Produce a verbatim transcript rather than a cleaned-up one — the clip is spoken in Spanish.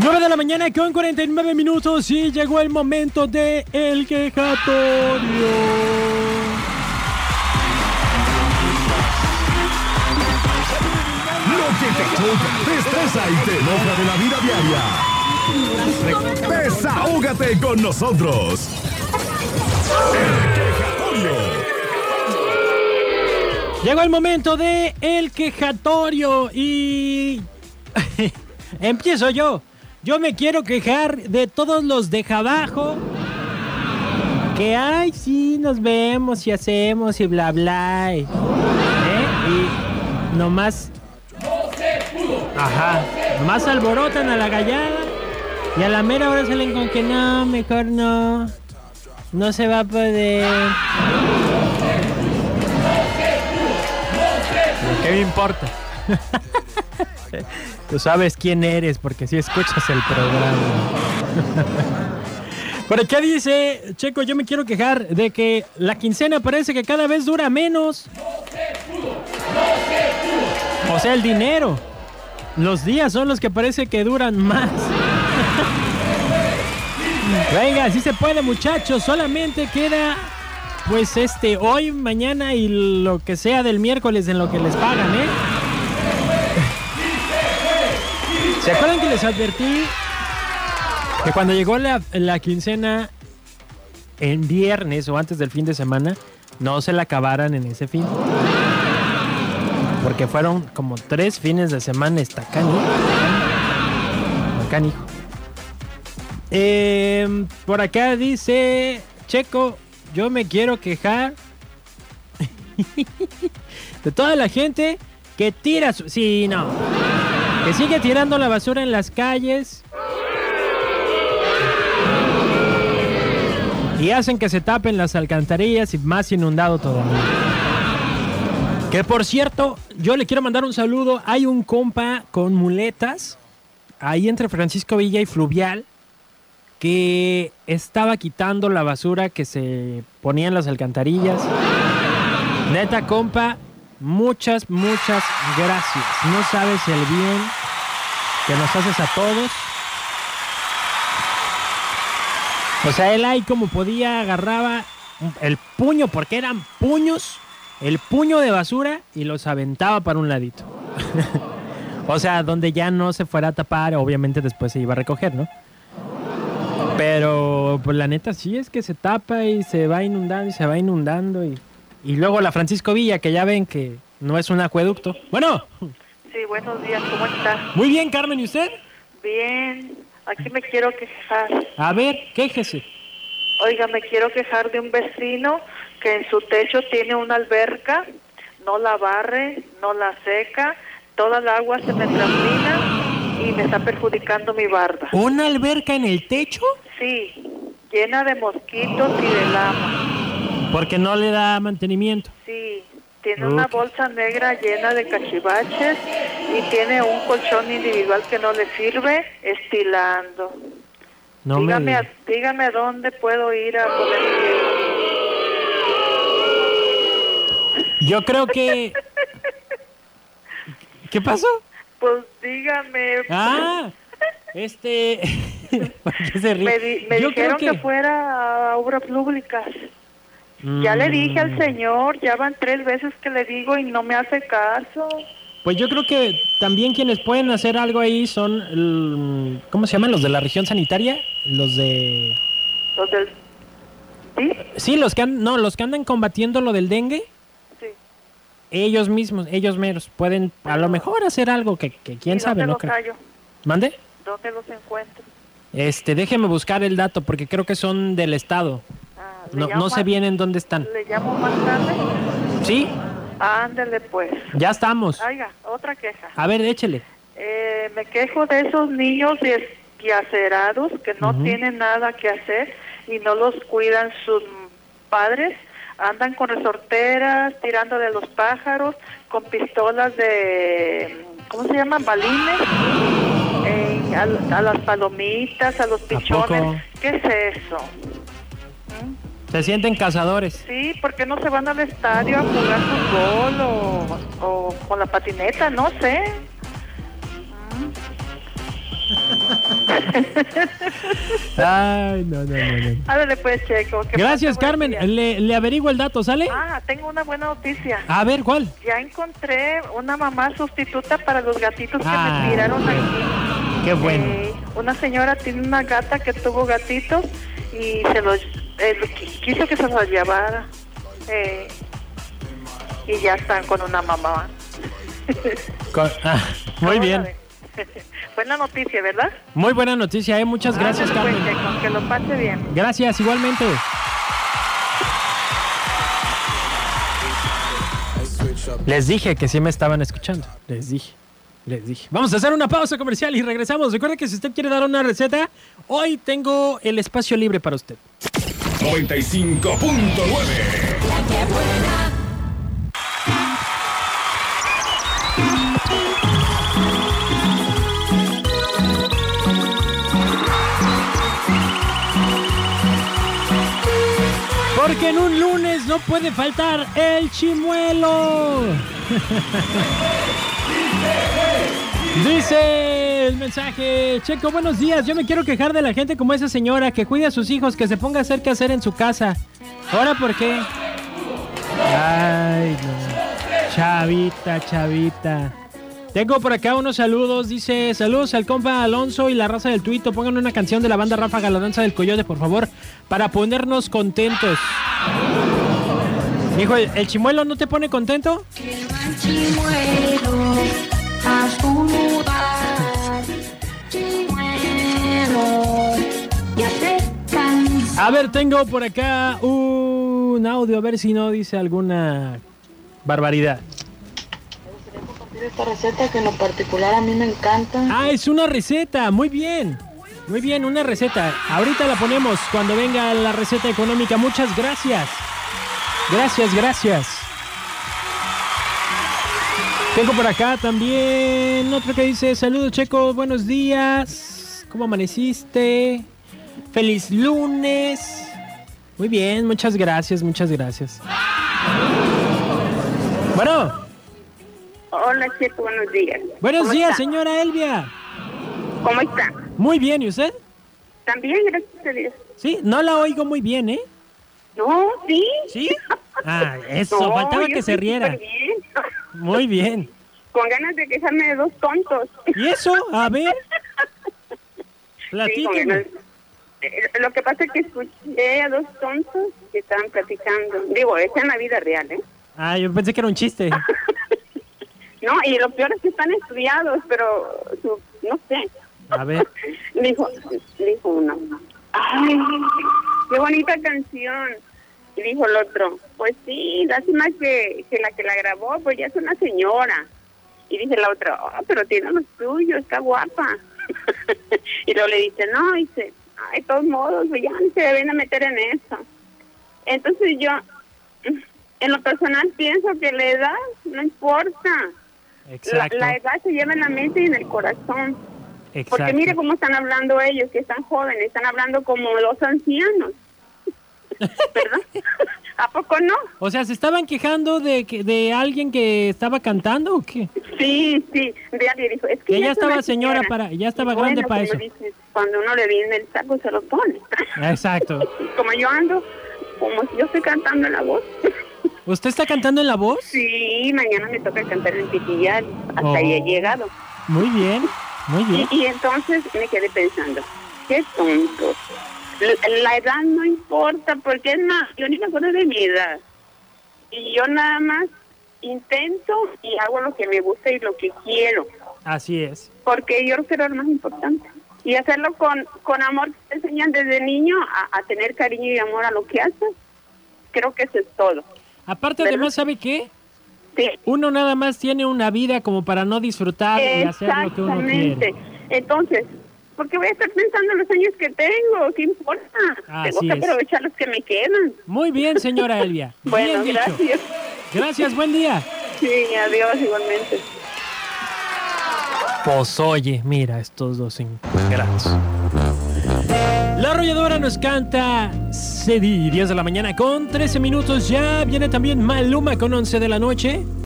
nueve de la mañana con cuarenta y nueve minutos y llegó el momento de El Quejatorio. Lo que te choca, te estresa y te enoja de la vida diaria. Desahógate con nosotros. El Quejatorio. Llegó el momento de El Quejatorio y... empiezo yo. Yo me quiero quejar de todos los deja abajo. Que ay, sí, nos vemos y hacemos y bla bla. ¿Eh? Y nomás... Ajá. Nomás alborotan a la gallada. Y a la mera hora salen con que no, mejor no. No se va a poder. ¿Qué me importa? Tú sabes quién eres porque si escuchas el programa. Por acá dice Checo, yo me quiero quejar de que la quincena parece que cada vez dura menos. O sea, el dinero. Los días son los que parece que duran más. Venga, sí se puede, muchachos. Solamente queda pues este hoy, mañana y lo que sea del miércoles en lo que les pagan, ¿eh? ¿Se acuerdan que les advertí que cuando llegó la, la quincena en viernes o antes del fin de semana, no se la acabaran en ese fin? Porque fueron como tres fines de semana estacanijo. Canijo. Eh, por acá dice Checo, yo me quiero quejar de toda la gente que tira su... Sí, no. Que sigue tirando la basura en las calles y hacen que se tapen las alcantarillas y más inundado todavía. Que por cierto, yo le quiero mandar un saludo. Hay un compa con muletas ahí entre Francisco Villa y Fluvial que estaba quitando la basura que se ponía en las alcantarillas. Neta, compa, muchas, muchas gracias. No sabes el bien que nos haces a todos. O sea, él ahí como podía agarraba el puño, porque eran puños, el puño de basura y los aventaba para un ladito. O sea, donde ya no se fuera a tapar, obviamente después se iba a recoger, ¿no? Pero pues la neta sí es que se tapa y se va inundando y se va inundando y, y luego la Francisco Villa, que ya ven que no es un acueducto. Bueno. Sí, buenos días, ¿cómo está? Muy bien, Carmen, ¿y usted? Bien, aquí me quiero quejar. A ver, quéjese. Oiga, me quiero quejar de un vecino que en su techo tiene una alberca, no la barre, no la seca, toda el agua se me transpina y me está perjudicando mi barda. ¿Una alberca en el techo? Sí, llena de mosquitos y de lama. Porque no le da mantenimiento. Sí, tiene una bolsa negra llena de cachivaches y tiene un colchón individual que no le sirve, estilando. No dígame, me... a, dígame a dónde puedo ir a poner mi... Yo creo que... ¿Qué pasó? Pues dígame. Ah, este... ¿Por qué se ríe? Me, di, me Yo dijeron creo que... que fuera a obras públicas. Mm. Ya le dije al señor, ya van tres veces que le digo y no me hace caso. Pues yo creo que también quienes pueden hacer algo ahí son, el, ¿cómo se llaman? ¿Los de la región sanitaria? Los de... ¿Los del... ¿Sí? Sí, los que, han, no, los que andan combatiendo lo del dengue. Sí. Ellos mismos, ellos meros, pueden a lo mejor hacer algo que, que quién sabe, ¿no? Creo. ¿Mande? ¿Dónde los encuentro? Este, déjeme buscar el dato porque creo que son del estado. Ah, no no sé bien en dónde están. ¿Le llamo más tarde? Sí. Ándele pues. Ya estamos. Oiga, otra queja. A ver, échele. Eh, me quejo de esos niños desquacerados que no uh-huh. tienen nada que hacer y no los cuidan sus padres. Andan con resorteras, tirando de los pájaros, con pistolas de, ¿cómo se llaman? Balines, eh, a, a las palomitas, a los pichones. ¿Qué es eso? ¿Mm? Se sienten cazadores. Sí, ¿por qué no se van al estadio a jugar fútbol o, o con la patineta? No sé. ¿Mm? Ay, no, no, no, no. Ándale pues, Checo. que Gracias, pase buen Carmen. día. Le, le averiguo el dato, ¿sale? Ah, tengo una buena noticia. A ver, ¿cuál? Ya encontré una mamá sustituta para los gatitos que Ah, me tiraron qué- aquí. Qué bueno. Eh, una señora tiene una gata que tuvo gatitos y se los eh, qui- quiso que se los llevara. Eh, y ya están con una mamá. Con- ah, muy bien. Buena noticia, ¿verdad? Muy buena noticia, ¿eh? Muchas gracias, Ándale, Carmen. pues, Checo, que lo pase bien. Gracias, igualmente. Les dije que sí me estaban escuchando. Les dije. Les dije. Vamos a hacer una pausa comercial y regresamos. Recuerda que si usted quiere dar una receta, hoy tengo el espacio libre para usted. noventa y cinco punto nueve. Porque en un lunes no puede faltar el chimuelo. Dice el mensaje: Checo, buenos días. Yo me quiero quejar de la gente como esa señora que cuida a sus hijos, que se ponga a hacer qué hacer en su casa. ¿Ahora por qué? Ay, no. Chavita, chavita. Tengo por acá unos saludos. Dice: saludos al compa Alonso y la raza del Tuito. Pongan una canción de la banda Ráfaga, la danza del coyote, por favor, para ponernos contentos. Dijo: ¿el, el chimuelo no te pone contento? Chimuelo, a su lugar. Chimuelo, ya se cansó. A ver, tengo por acá un audio, a ver si no dice alguna barbaridad. Esta receta que en lo particular a mí me encanta. Ah, es una receta, muy bien. Muy bien, una receta. Ahorita la ponemos cuando venga la receta económica. Muchas gracias. Gracias, gracias. Tengo por acá también otro que dice: saludos, Checo, buenos días. ¿Cómo amaneciste? Feliz lunes. Muy bien, muchas gracias, muchas gracias. Bueno. Hola, Checo, buenos días. Buenos ¿Cómo días, está? señora Elvia. ¿Cómo está? Muy bien, ¿y usted? También, gracias a Dios. Sí, no la oigo muy bien, ¿eh? No, sí. ¿Sí? Ah, eso, No, faltaba yo que se estoy riera. superbién. Muy bien. Con ganas de quejarme de dos tontos. ¿Y eso? A ver, Sí, con platíqueme. ganas. Eh, Lo que pasa es que escuché a dos tontos que estaban platicando. Digo, es en la vida real, ¿eh? Ah, yo pensé que era un chiste. No, y lo peor es que están estudiados, pero su- no sé. A ver. Dijo, dijo uno, ay, qué bonita canción. Y dijo el otro, pues sí, lástima que, que la que la grabó, pues ya es una señora. Y dice la otra, oh, pero tiene lo suyo, está guapa. Y luego le dice, no, dice, ay, de todos modos, pues ya no se deben a meter en eso. Entonces yo, en lo personal, pienso que la edad no importa. La, Exacto. la edad se lleva en la mente y en el corazón. Porque Exacto. mire cómo están hablando ellos, que están jóvenes, están hablando como dos ancianos. ¿Verdad? ¿A poco no? O sea, ¿se estaban quejando de que de alguien que estaba cantando o qué? Sí, sí. De alguien dijo, es que, Que ella ya es una estaba señora señora. para, ya estaba Y grande bueno, para como eso. dices, cuando uno le viene el saco se lo pone. Exacto. Como yo ando, como si yo estoy cantando en la voz. ¿Usted está cantando en la voz? Sí, mañana me toca cantar en Pitillal. Hasta Oh. ahí he llegado. Muy bien, muy bien. Y, y entonces me quedé pensando, qué tontos. La, la edad no importa, porque es más, yo ni me acuerdo de mi edad. Y yo nada más intento y hago lo que me gusta y lo que quiero. Así es. Porque yo creo que era lo más importante. Y hacerlo con, con amor, te enseñan desde niño a, a tener cariño y amor a lo que haces. Creo que eso es todo. Aparte, ¿Verdad? además, ¿sabe qué? Sí. Uno nada más tiene una vida como para no disfrutar y hacer lo que uno Exactamente. quiere. Entonces, porque voy a estar pensando en los años que tengo, ¿qué importa? Así Tengo que es. aprovechar los que me quedan. Muy bien, señora Elvia. Bueno, bien dicho. gracias. Gracias, buen día. Sí, adiós igualmente. Pues oye, mira estos dos ingratos. La arrolladora nos canta C D, diez de la mañana con trece minutos. Ya viene también Maluma con once de la noche.